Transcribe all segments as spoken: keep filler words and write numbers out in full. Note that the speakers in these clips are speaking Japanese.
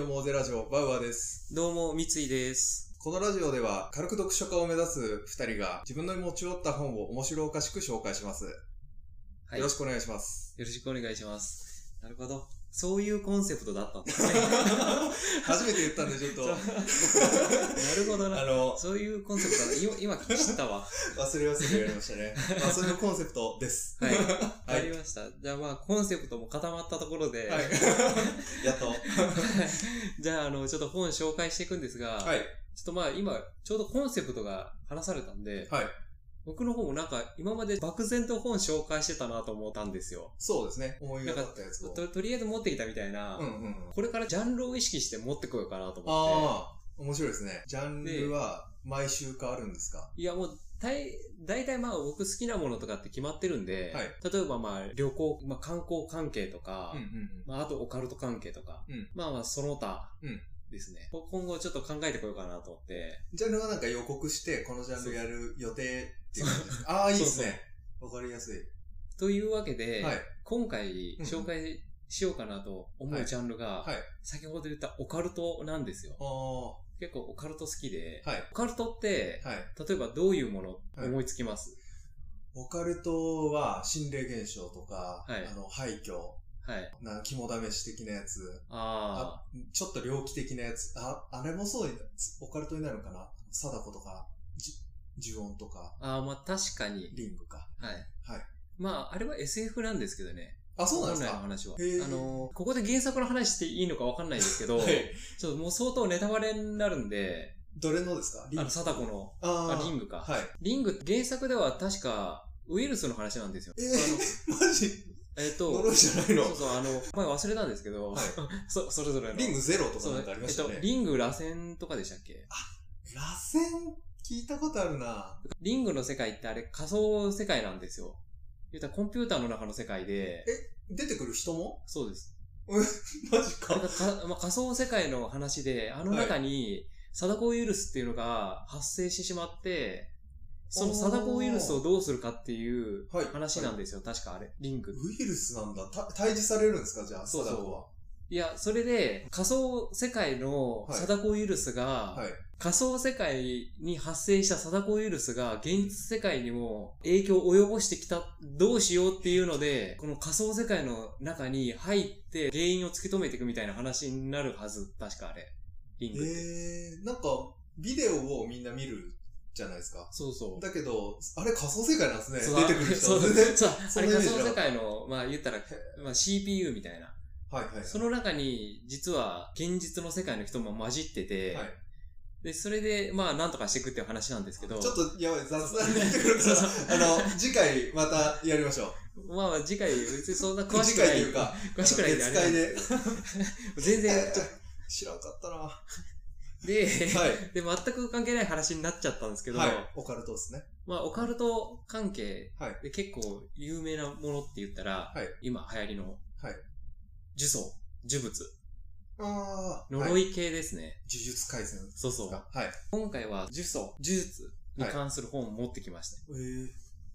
読もうぜラジオ、バウアーです。 どうも、三井です。 このラジオでは、軽く読書家を目指す二人が、自分の持ち寄った本を面白おかしく紹介します。はい。よろしくお願いします。 よろしくお願いします。なるほど。そういうコンセプトだったんですね。 初めて言ったんで、ちょっと。なるほどな。 あの、 そういうコンセプトだ。今、今知ったわ。 忘れ忘れやりましたね。まあ、そういうコンセプトです。 はい。わかりました。じゃあまあ、コンセプトも固まったところで。 はい。やっと。 じゃあ、あの、ちょっと本紹介していくんですが。はい。ちょっとまあ、今、ちょうどコンセプトが話されたんで。はい。僕の方もなんか今まで漠然と本紹介してたなと思ったんですよ。 そうですね。思い当たったやつを。 と、とりあえず持ってきたみたいな、うんうん、これからジャンルを意識して持ってこようかなと思って。 ああ、面白いですね。ジャンルは毎週変わるんですか？ いやもう、だい、だいたいまあ僕好きなものとかって決まってるんで、はい、例えばまあ旅行、まあ観光関係とか、うんうんうん、まああとオカルト関係とか、うん、まあまあその他、うんですね。今後ちょっと考えてこようかなと思って。 ジャンルはなんか予告して、このジャンルやる予定っていう感じですか？ああ、いいですね。わかりやすい。 というわけで、はい、今回紹介しようかなと思うジャンルが、はいはい、先ほど言ったオカルトなんですよ。結構オカルト好きで、はい、オカルトって、はい、例えばどういうもの思いつきます？ はい、オカルトは心霊現象とか、はい、あの廃墟、はい。な、肝試し的なやつ。ああ。ちょっと猟奇的なやつ。あ、あれもそう、オカルトになるのかな？貞子とか、じ、呪音とか。 ああ、まあ確かに。 リングか。 はい。はい。まあ、あれは エスエフ なんですけどね。 あ、そうなんですか？ 本来の話は。あのー、ここで原作の話していいのかわかんないんですけど、はい。ちょっともう相当ネタバレになるんで。 どれのですか？ リング。あの、貞子の。ああ、リングか。はい。リング、原作では確か、ウイルスの話なんですよ。 えー、あのマジ？ えっと、 呪いじゃないの？ そうそう、あの、前忘れたんですけど、はい、そ、それぞれの。 リングゼロとかなんかありましたね。 えっと、リング螺旋とかでしたっけ？ あ、螺旋聞いたことあるな。 リングの世界ってあれ仮想世界なんですよ。言ったらコンピューターの中の世界で。 え、出てくる人も？ そうです。 マジか。 か、まあ、仮想世界の話で、あの中に、貞子ウイルスっていうのが発生してしまって、その貞子ウイルスをどうするかっていう話なんですよ、はいはい、確かあれ、リング。 ウイルスなんだ。た、退治されるんですか、じゃあ、 そうそう貞子は。 いや、それで、仮想世界の貞子ウイルスが、はいはい、仮想世界に発生した貞子ウイルスが現実世界にも影響を及ぼしてきた、どうしようっていうので、この仮想世界の中に入って原因を突き止めていくみたいな話になるはず、確かあれ。リングって。 へー、なんか、ビデオをみんな見るじゃないですか。 そうそう。 だけど、あれ仮想世界なんですね。出てくる人。 そう、そう、そう。あれ仮想世界の、まあ言ったら、まあ シーピーユー みたいな。はいはい、はい。その中に、実は現実の世界の人も混じってて、はい。で、それで、まあなんとかしていくっていう話なんですけど。 ちょっと、やばい、雑談になってくるから、あの、次回またやりましょう。まあまあ次回、別にそんな詳しくない。次回というか、詳しくないんであれ。別会で。全然、 知らんかったな。 で、はい、で、全く関係ない話になっちゃったんですけど、はい、 オカルトですね。 まあ、オカルト関係で結構有名なものって言ったら、はい、今流行りの、はい、呪詛、呪物。ああ。呪い系ですね。はい、 呪術廻戦。 そうそう。はい。今回は呪詛、呪術に関する本を持ってきました。はい、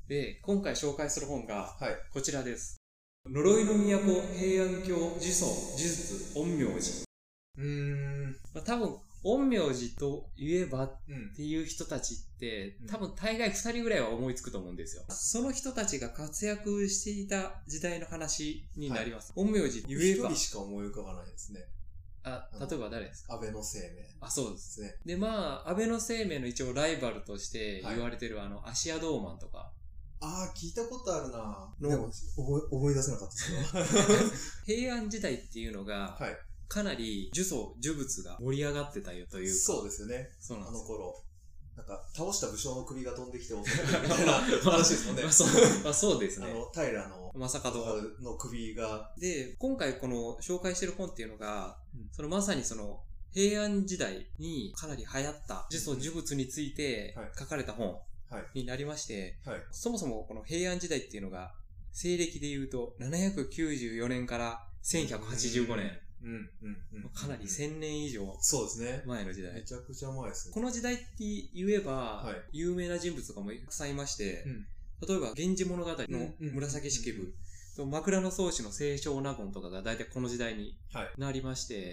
で、今回紹介する本が、こちらです。呪いの都平安京呪詛、呪術、陰陽師。うーん。まあ、多分、陰陽師と言えばっていう人たちって、うん、多分大概二人ぐらいは思いつくと思うんですよ。その人たちが活躍していた時代の話になります。はい、陰陽師言えば。 一人しか思い浮かばないですね。 あ、例えば誰ですか？ 安倍の生命。 あ、そうですね。で、まあ、安倍の生命の一応ライバルとして言われてる、はい、あの、芦屋道満とか。 ああ、聞いたことあるなぁ。でも、思い出せなかったですよ。 平安時代っていうのが、はい、かなり呪詛、呪物が盛り上がってたよというか。 そうですよね。そうなんです。あの頃。なんか、倒した武将の首が飛んできて襲ってくるみたいな話ですもんね。まあ、そう、まあ、そうですね。あの、平の、正門の首が。 で、今回この紹介してる本っていうのが、うん、そのまさにその、平安時代にかなり流行った呪詛、呪物について書かれた本になりまして、はいはい、そもそもこの平安時代っていうのが、西暦で言うとななひゃくきゅうじゅうよねんからせんひゃくはちじゅうごねん。うんうんうん、かなりせんねん以上そうですね。 前の時代。 めちゃくちゃ前ですね。 この時代って言えば、はい、有名な人物とかもたくさんいまして、うん、例えば、源氏物語の紫式部、枕草子の清少納言とかが大体この時代になりまして、はい、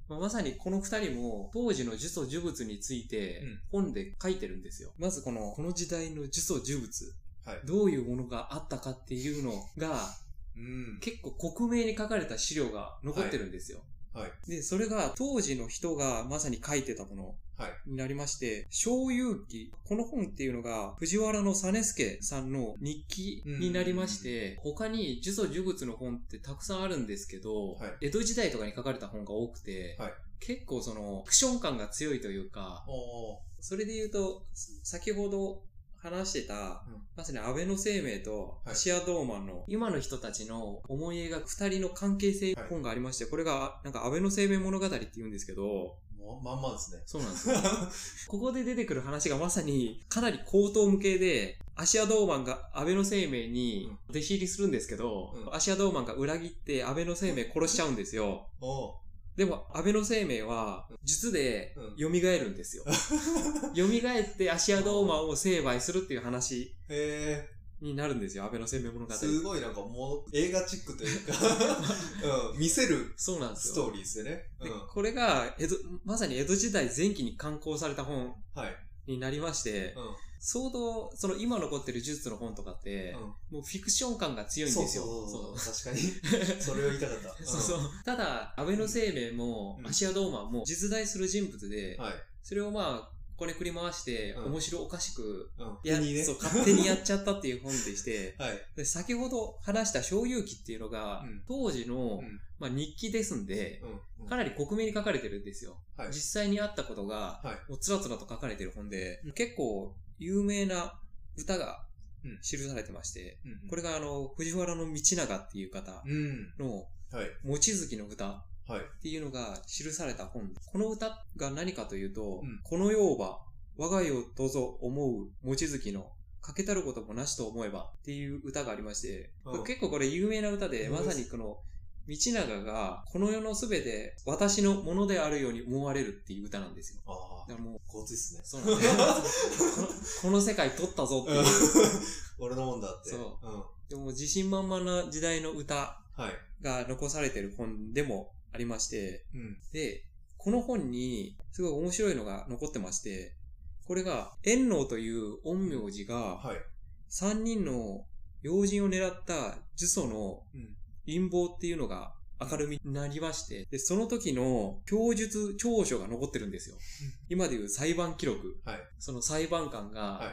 まあ、まさにこの二人も当時の呪詛呪物について本で書いてるんですよ。うん、まずこの、この時代の呪詛呪物、はい、どういうものがあったかっていうのが、うん、結構克明に書かれた資料が残ってるんですよ。はいはい、で、それが当時の人がまさに書いてたものになりまして、小遊記、この本っていうのが藤原の実助さんの日記になりまして、他に呪詛呪物の本ってたくさんあるんですけど、はい、江戸時代とかに書かれた本が多くて、はい、結構その、フィクション感が強いというか、それで言うと、先ほど話してた、うん、まさに安倍の生命と芦屋ドーマンの今の人たちの思い描く二人の関係性本がありまして、これがなんか安倍の生命物語って言うんですけど、 もうまんまですね。 そうなんですよ。ここで出てくる話がまさにかなり高等無形で、芦屋ドーマンが安倍の生命に弟子入りするんですけど、うん、芦屋ドーマンが裏切って安倍の生命殺しちゃうんですよ。おでも、安倍の生命は、術で蘇るんですよ。蘇って芦屋ドーマンを成敗するっていう話になるんですよ、安倍の生命物語。 すごいなんかもう映画チックというか、うん、見せるストーリーですよね。 うん、これが江戸、まさに江戸時代前期に刊行された本になりまして、はいうん相当、その今残ってる呪術の本とかって、うん、もうフィクション感が強いんですよ。 そうそうそう。確かに。それを言いたかった。 そうそう。ただ、安倍の生命も、芦屋ドーマンも実在する人物で、はい、それをまあ、こねくり回して、面白おかしく、や、うんね、そう、勝手にやっちゃったっていう本でして、はい、で先ほど話した小遊記っていうのが、うん、当時の、うんまあ、日記ですんで、うんうん、かなり克明に書かれてるんですよ。はい、実際にあったことが、はい、もうつらつらと書かれてる本で、うん、結構、有名な歌が記されてまして、うんうんうん、これがあの、藤原道長っていう方の、望月の歌っていうのが記された本です。この歌が何かというと、うん、この世は我が世とぞ思う望月のかけたることもなしと思えばっていう歌がありまして、うん、結構これ有名な歌で、まさにこの、道長がこの世のすべて私のものであるように思われるっていう歌なんですよ。 ああ。だからもう、こうですね。 そうなんですこの。この世界取ったぞっていう。 俺のもんだって。 そう。うん、でも自信満々な時代の歌が残されてる本でもありまして、うん、で、この本にすごい面白いのが残ってまして、これが、円能という陰陽師が、さんにんの要人を狙った呪詛の、うん陰謀っていうのが明るみになりまして、で、その時の供述調書が残ってるんですよ。今でいう裁判記録。はい、その裁判官が、はい、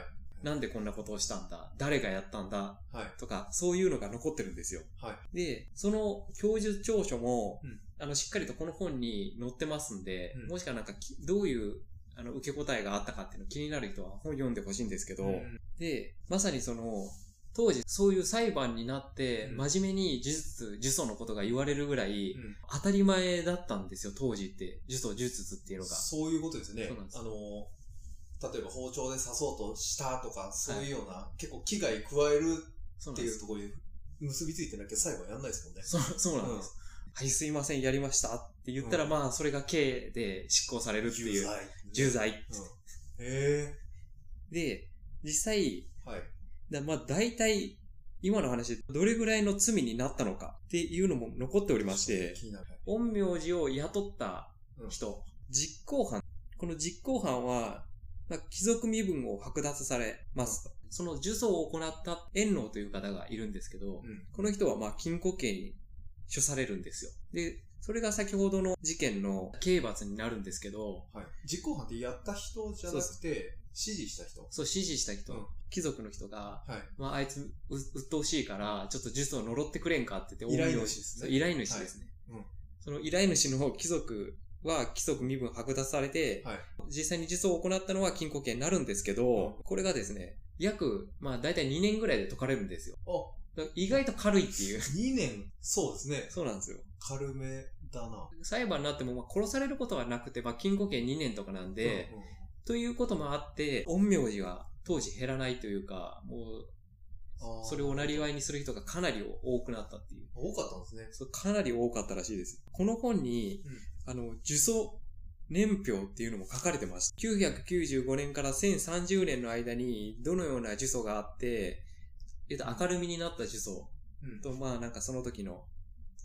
なんでこんなことをしたんだ誰がやったんだ、はい、とか、そういうのが残ってるんですよ。はい、で、その供述調書も、うん、あの、しっかりとこの本に載ってますんで、うん、もしかなんか、どういうあの、受け答えがあったかっていうの気になる人は本読んでほしいんですけど、うん、で、まさにその、当時そういう裁判になって真面目に呪術、呪詛のことが言われるぐらい当たり前だったんですよ、当時って。呪詛、呪術っていうのが。 そういうことですね。そうなんです。あの、例えば包丁で刺そうとしたとか、そういうような、はい、結構危害加えるっていうところに結びついてなきゃ裁判やんないですもんね。 そう、そうなんです。うん、はい、すいません、やりましたって言ったら、うん、まあ、それが刑で執行されるっていう。重罪。重罪。うん、へー。で、実際、はい。だまあ大体、今の話でどれぐらいの罪になったのかっていうのも残っておりまして、陰陽師を雇った人、うん、実行犯。この実行犯は、まあ、貴族身分を剥奪されますと。うん、その呪詛を行った円能という方がいるんですけど、うん、この人はまあ禁錮刑に処されるんですよ。で、それが先ほどの事件の刑罰になるんですけど、 はい、実行犯ってやった人じゃなくて、指示した人そう、指示した人。うん、貴族の人が、はい、まあ、あいつ、う、鬱陶しいから、ちょっと呪詛を呪ってくれんかって言って、 依頼主ですね。 依頼主ですね。はい、うん、その依頼主の貴族は、貴族身分剥奪されて、はい、実際に呪詛を行ったのは禁錮刑になるんですけど、うん、これがですね、約、まあ、だいたいにねんぐらいで解かれるんですよ。意外と軽いっていう。 にねんそうですね。 そうなんですよ。 軽めだな。 裁判になっても、まあ、殺されることはなくて、まあ、禁錮刑にねんとかなんで、うんうん、ということもあって、陰陽師は当時減らないというか、もう、それをなりわいにする人がかなり多くなったっていう。 多かったんですね。 そう、かなり多かったらしいです。この本に、うん、あの、呪詛年表っていうのも書かれてます。きゅうひゃくきゅうじゅうごねんからせんさんじゅうねんの間に、どのような呪詛があって、えっと、明るみになった呪詛と、うん、まあなんかその時の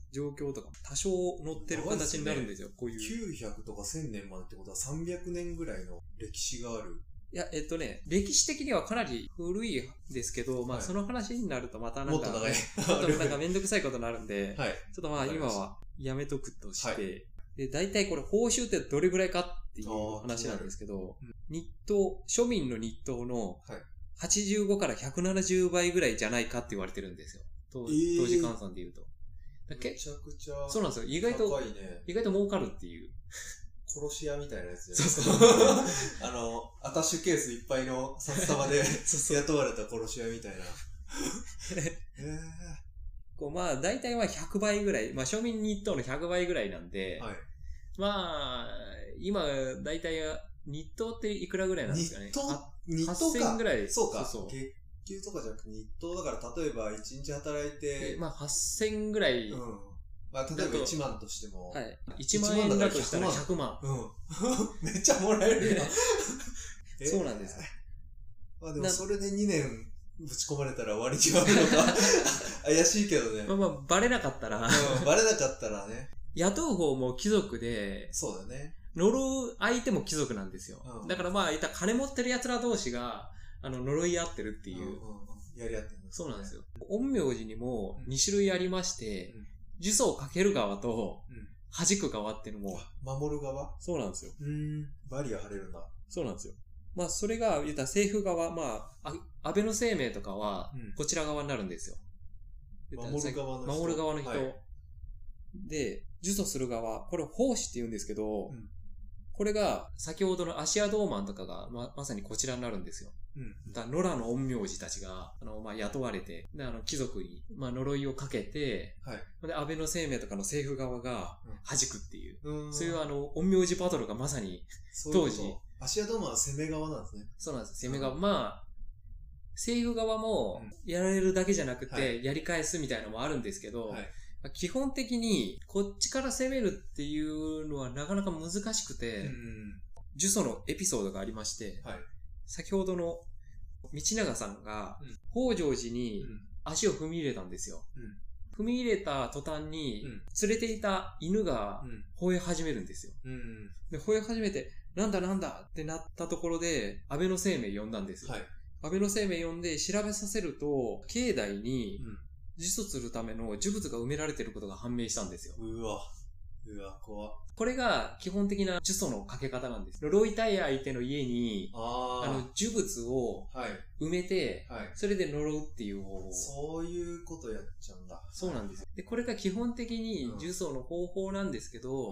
状況とか多少載ってる形になるんですよ、こういう。 きゅうひゃくとかせんねんまでってことはさんびゃくねんぐらいの歴史がある。 いや、えっとね、歴史的にはかなり古いですけど、まあ、はい、その話になるとまたなんか、もっと長い。もっとなんかめんどくさいことになるんで、はい、ちょっとまあ今はやめとくとして、はい、で、大体これ報酬ってどれぐらいかっていう話なんですけど、日当、庶民の日当のはちじゅうごからひゃくななじゅうばいぐらいじゃないかって言われてるんですよ。当時換算で言うと。 めちゃくちゃ。 そうなんですよ。意外と、ね、意外と儲かるっていう。 殺し屋みたいなやつじゃないですか。そうそう。 あの、アタッシュケースいっぱいの札束で雇われた殺し屋みたいな。 へーこうまあ、大体はひゃくばいぐらい、まあ、庶民日当のひゃくばいぐらいなんで、はい、まあ、今、大体、日当っていくらぐらいなんですかね。 日当日当か。 はっせんえんぐらい。 そうか。そうそう月給とかじゃなくて日当だから、例えばいちにち働いて、 まあ、はっせんえんぐらい。うん。 まあ、例えばいちまんとしても。 はい。いちまんえんだとしたらひゃくまん。 うん。めっちゃもらえるやん。 そうなんです。 まあでもそれでにねんぶち込まれたら割に悪いのか怪しいけどね。 まあまあ、バレなかったら。 うん、バレなかったらね。 雇う方も貴族で。 そうだね。 呪う相手も貴族なんですよ。うん、だからまあ、いった金持ってる奴ら同士が、あの、呪い合ってるっていう。うんうんうん、 やり合ってるんです、ね。 そうなんですよ。陰陽師にもに種類ありまして、うん呪詛をかける側と、弾く側っていうのも、 うん。守る側そうなんですよ。 うーん。バリア張れるんだ。 そうなんですよ。まあ、それが、言ったら政府側、まあ、安倍の生命とかは、こちら側になるんですよ。 うん、守る側の人。 守る側の人。はい、で、呪詛する側、これ奉仕って言うんですけど、うん、これが、先ほどのアシアドーマンとかが、ま、まさにこちらになるんですよ。うん、だ野良の陰陽師たちが、あの、まあ、雇われて、で、あの、貴族に、まあ、呪いをかけて、はい。で、安倍の生命とかの政府側が、弾くっていう、うん、そういうあの、陰陽師バトルがまさに、当時。 アシアドーマンは攻め側なんですね。 そうなんです。攻め側。うん、まあ、政府側も、やられるだけじゃなくて、やり返すみたいなのもあるんですけど、はい、基本的に、こっちから攻めるっていうのはなかなか難しくて、うん、呪詛のエピソードがありまして、はい、先ほどの道長さんが、北条寺に足を踏み入れたんですよ。うん、踏み入れた途端に、連れていた犬が吠え始めるんですよ。うん、で吠え始めて、なんだなんだってなったところで、安倍の生命呼んだんですよ。はい、安倍の生命呼んで調べさせると、境内に、呪詛するための呪物が埋められていることが判明したんですよ。 うわ。うわ、怖っ。 これが基本的な呪詛のかけ方なんです。呪いたい相手の家に、あ, あの呪物を埋めて、はいはい、それで呪うっていう方法。 そういうことやっちゃうんだ。 そうなんですよ。で、これが基本的に呪詛の方法なんですけど、うん、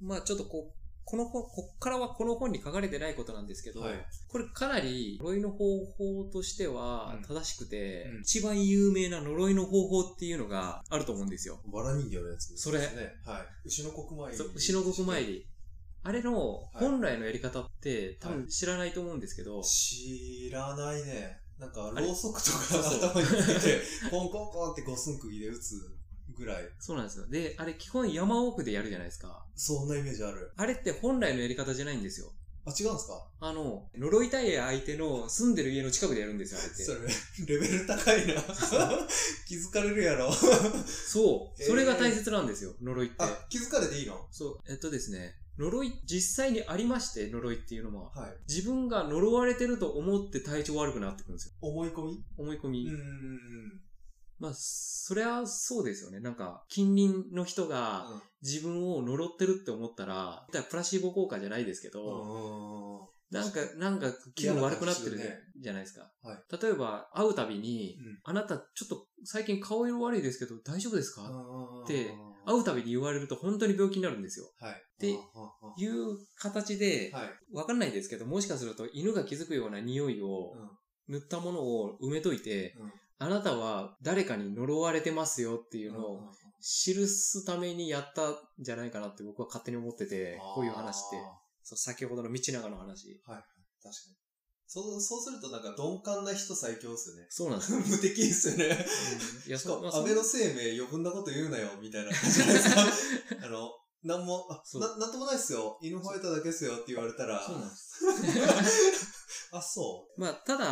まあちょっとこう、この本、こっからはこの本に書かれてないことなんですけど、はい、これかなり呪いの方法としては正しくて、うん、一番有名な呪いの方法っていうのがあると思うんですよ。 バラ人形のやつですね。 それ。はい。牛の国参り。 そう、牛の国参り。あれの本来のやり方って多分知らないと思うんですけど。はい、 知らないね。なんか、ろうそくとか頭につけて、コンコンコンって五寸釘で打つ。ぐらい。 そうなんですよ。で、あれ基本山奥でやるじゃないですか。 そんなイメージある。 あれって本来のやり方じゃないんですよ。 あ、違うんですか？ あの、呪いたい相手の住んでる家の近くでやるんですよ、あれって。 それ、レベル高いな。気づかれるやろ。 そう。それが大切なんですよ、えー、呪いって。 あ、気づかれていいの？ そう。えっとですね、呪い、実際にありまして、呪いっていうのは。はい。自分が呪われてると思って体調悪くなってくるんですよ。 思い込み？ 思い込み。 うーん。 まあ、それはそうですよね。なんか、近隣の人が自分を呪ってるって思ったら、うん、プラシーボ効果じゃないですけど、なんか、なんか気分悪くなってるじゃないですか。はい、例えば、会うたびに、うん、あなたちょっと最近顔色悪いですけど大丈夫ですかって、会うたびに言われると本当に病気になるんですよ。はい、っていう形で、はい、わかんないですけど、もしかすると犬が気づくような匂いを塗ったものを埋めといて、うんあなたは誰かに呪われてますよっていうのを記すためにやったんじゃないかなって僕は勝手に思ってて、こういう話って。そう先ほどの道長の話。 はい。確かに。そう、そうするとなんか鈍感な人最強ですよね。 そうなんですよ。 無敵ですよね。うん、いや、しかも、安倍の生命余分なこと言うなよ、みたいな感じじゃないですか。あの、なんも、あ、な、なんともないっすよ。犬吠えただけっすよって言われたら。 そうなんです。 あ、そう。まあ、ただ、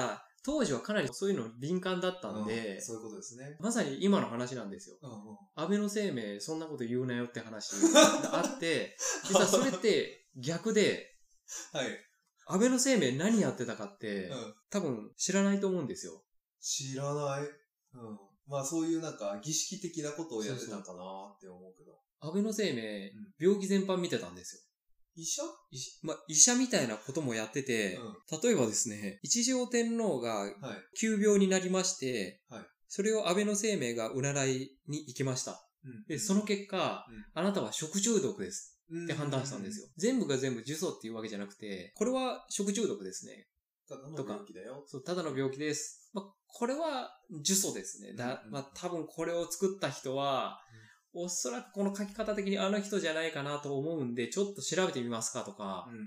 当時はかなりそういうの敏感だったんで、 うん、そういうことですね。 まさに今の話なんですよ。うんうん、安倍の生命、そんなこと言うなよって話があって、実はそれって逆で、はい。安倍の生命何やってたかって、うん、多分知らないと思うんですよ。 知らない。うん。まあそういうなんか儀式的なことをやってたかなって思うけど。 安倍の生命、うん、病気全般見てたんですよ。 医者医まあ、医者みたいなこともやってて、うん、例えばですね、一条天皇が急病になりまして、はい、それを安倍の生命が占いに行きました。うん、で、その結果、うん、あなたは食中毒です。って判断したんですよ。全部が全部呪詛っていうわけじゃなくて、これは食中毒ですね。 ただの病気だよ。 そう、ただの病気です。まあ、これは呪詛ですね。だ、まあ、多分これを作った人は、うん、おそらくこの書き方的にあの人じゃないかなと思うんで、ちょっと調べてみますかとか、うんうん、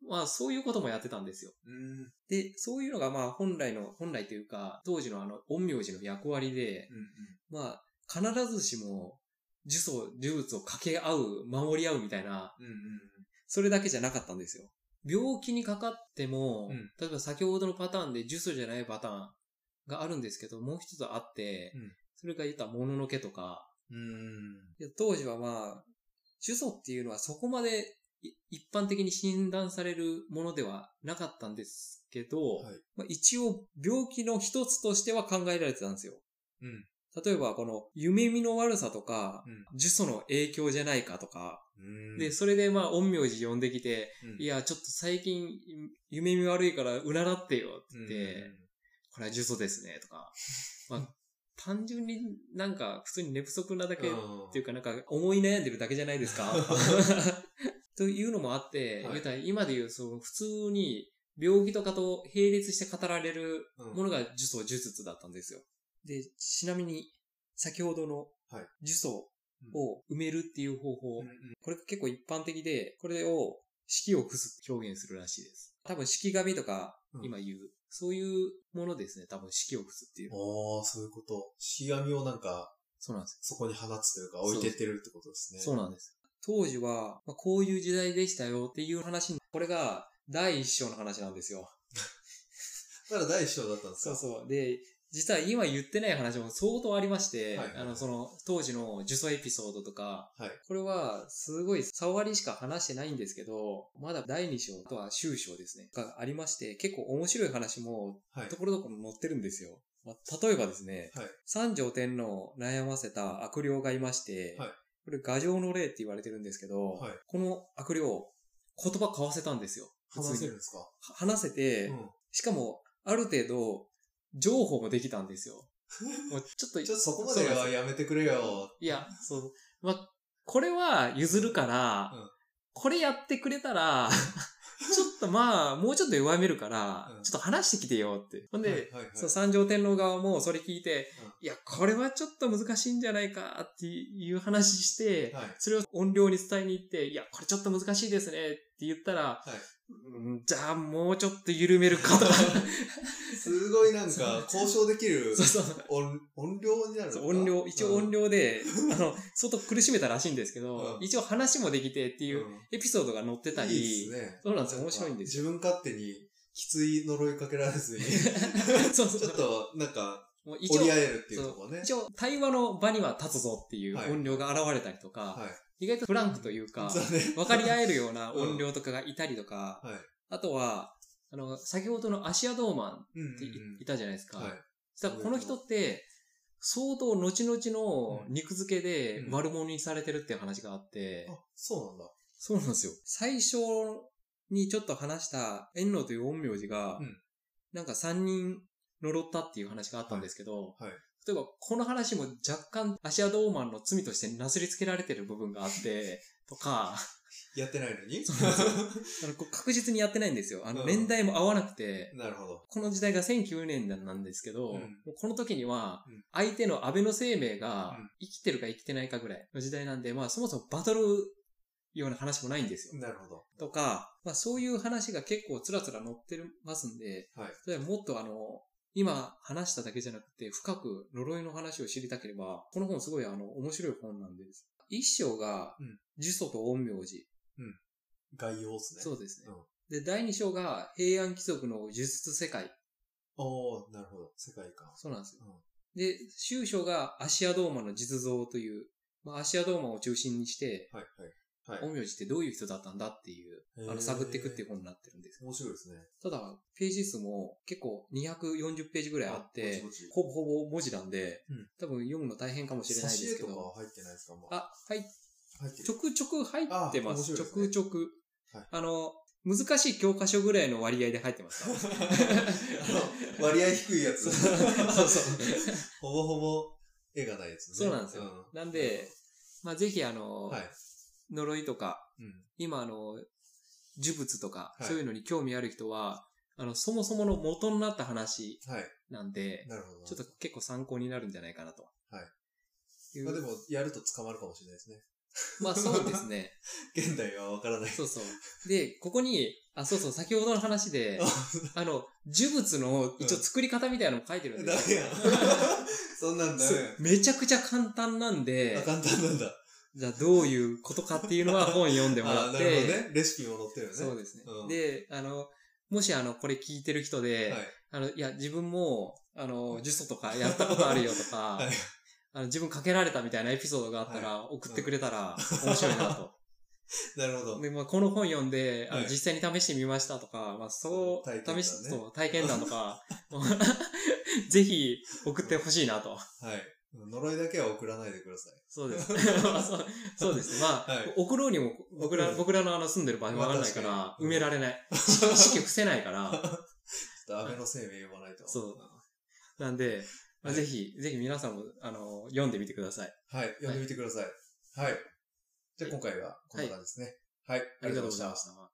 まあそういうこともやってたんですよ。うん、で、そういうのがまあ本来の、本来というか、当時のあの、陰陽師の役割で、うんうん、まあ、必ずしも、呪詛、呪物を掛け合う、守り合うみたいな、うんうん、それだけじゃなかったんですよ。病気にかかっても、うん、例えば先ほどのパターンで呪詛じゃないパターンがあるんですけど、もう一つあって、うん、それが言ったもののけとか、うん、当時はまあ、呪詛っていうのはそこまで一般的に診断されるものではなかったんですけど、はい、まあ、一応病気の一つとしては考えられてたんですよ。うん、例えばこの夢見の悪さとか、うん、呪詛の影響じゃないかとか、うん、で、それでまあ陰陽師呼んできて、うん、いや、ちょっと最近夢見悪いから占ってよって言って、うん、これは呪詛ですねとか、まあ単純になんか普通に寝不足なだけっていうかなんか思い悩んでるだけじゃないですかというのもあって、はい、今で言うそう普通に病気とかと並列して語られるものが呪詛呪術だったんですよ。で、ちなみに先ほどの呪詛を埋めるっていう方法、うんうん、これが結構一般的で、これを式を伏すって表現するらしいです。多分式紙とか今言う、うん、そういうものですね。多分式を伏すっていう。 ああ、そういうこと。式紙をなんか、そうなんです。そこに放つというか置いてってるってことですね。 そうなんです。当時は、まあ、こういう時代でしたよっていう話、これが第一章の話なんですよ。 まだ第一章だったんですか？ そうそう。で、実は今言ってない話も相当ありまして、はいはいはい、あの、その、当時の呪詛エピソードとか、はい、これは、すごい、触りしか話してないんですけど、まだだいに章とは終章ですね、がありまして、結構面白い話も、ところどころ載ってるんですよ。まあ、例えばですね、はい、三条天皇を悩ませた悪霊がいまして、はい、これ、牙城の霊って言われてるんですけど、はい、この悪霊、言葉交わせたんですよ。 話せるんですか？ 話せて、うん、しかも、ある程度、情報もできたんですよ。もうちょっと、 ちょっとそこまではやめてくれよ。 いや、そう。まあ、これは譲るから、うん、これやってくれたら、ちょっとまあ、もうちょっと弱めるから、うん、ちょっと話してきてよって。ほんで、はいはいはい、そう三条天皇側もそれ聞いて、うん、いや、これはちょっと難しいんじゃないかっていう話して、はい、それを音量に伝えに行って、いや、これちょっと難しいですねって言ったら、はいうん、じゃあもうちょっと緩めるかとかすごいなんか交渉できるそうそう音音量になるのか音量、一応音量で、うん、あの、相当苦しめたらしいんですけど、うん、一応話もできてっていうエピソードが載ってたり、いいですね。そうなんですよ。面白いんですよ。自分勝手にきつい呪いかけられずにそうそうちょっとなんか、もう一応折り合えるっていうところね。 一応対話の場には立つぞっていう音量が現れたりとか、はいはい意外とフランクというか、分かり合えるような音量とかがいたりとか、うんはい、あとは、あの、先ほどのアシアドーマンっていたじゃないですか。うんうんうんはい、そしたらこの人って、相当後々の肉付けで悪者にされてるっていう話があって、 うんうん、あ、そうなんだ。 そうなんですよ。最初にちょっと話した円能という陰陽師が、うん、なんかさんにん呪ったっていう話があったんですけど、はいはい例えば、この話も若干、アシアドーマンの罪としてなすりつけられてる部分があって、とか。 やってないのにそうなんですよ。あの確実にやってないんですよ。あの、年代も合わなくて。 うん、なるほど。 この時代がせんきゅうねんなんですけど、うん、もうこの時には、相手の安倍の生命が生きてるか生きてないかぐらいの時代なんで、まあ、そもそもバトルような話もないんですよ。 なるほど。 とか、まあ、そういう話が結構つらつら載ってますんで、はい。例えばもっとあの、今話しただけじゃなくて深く呪いの話を知りたければ、この本すごいあの面白い本なんです。一章が呪詛と陰陽師。 うん。概要ですね。 そうですね。うん、で、第二章が平安貴族の呪術世界。 おー、なるほど。世界観。 そうなんですよ。うん、で、宗書がアシアドーマの実像という、まあ、アシアドーマを中心にして、はいはいはい、陰陽師ってどういう人だったんだっていう、あの、探っていくっていう本になってるんです。 面白いですね。 ただ、ページ数も結構にひゃくよんじゅうページぐらいあって、ほぼほぼ文字なんで、うん、多分読むの大変かもしれないですけど。 挿絵とかは入ってないですか？ あ、はい。ちょくちょく入ってます。 ね、 ちょくちょく。はい、あの、難しい教科書ぐらいの割合で入ってます。 割合低いやつ。そうそう。ほぼほぼ絵がないやつね。 そうなんですよ。うん、なんで、まあ、ぜひあの、はい、呪いとか、うん、今あの、呪物とか、はい、そういうのに興味ある人は、あの、そもそもの元になった話なんで、はい、なるほど。ちょっと結構参考になるんじゃないかなと。はい。 まあでも、やると捕まるかもしれないですね。 まあそうですね。 現代はわからない。 そうそう。で、ここに、あ、そうそう、先ほどの話で、あの、呪物の一応作り方みたいなのも書いてるんですよ。 ダメやん。そんなんだね。 めちゃくちゃ簡単なんで。 あ、簡単なんだ。 じゃあどういうことかっていうのは本読んでもらって。 あ、なるほどね。レシピも載ってるよね。 そうですね。うん、で、あの、もしあの、これ聞いてる人で、はい、あの、いや、自分も、あの、呪詛とかやったことあるよとか、はい、あの自分かけられたみたいなエピソードがあったら、送ってくれたら面白いなと。 なるほど。 で、まあ、この本読んで、あの実際に試してみましたとか、まあ、そう、試し、そう、体験談とか、ぜひ送ってほしいなと。 はい。呪いだけは送らないでください。 そうです。そうそうですね。まあ、はい、送ろうにも、僕ら、僕らのあの住んでる場合わかんないから、埋められない。式伏せないから。ちょっと安倍の生命呼ばないと。 そう。なんで、まあ、ぜひ、ぜひ皆さんも、あの、読んでみてください。 はい。読んでみてください。はい。はい、じゃあ今回はこんな感じですね。はい。はい、 ありがとうございました。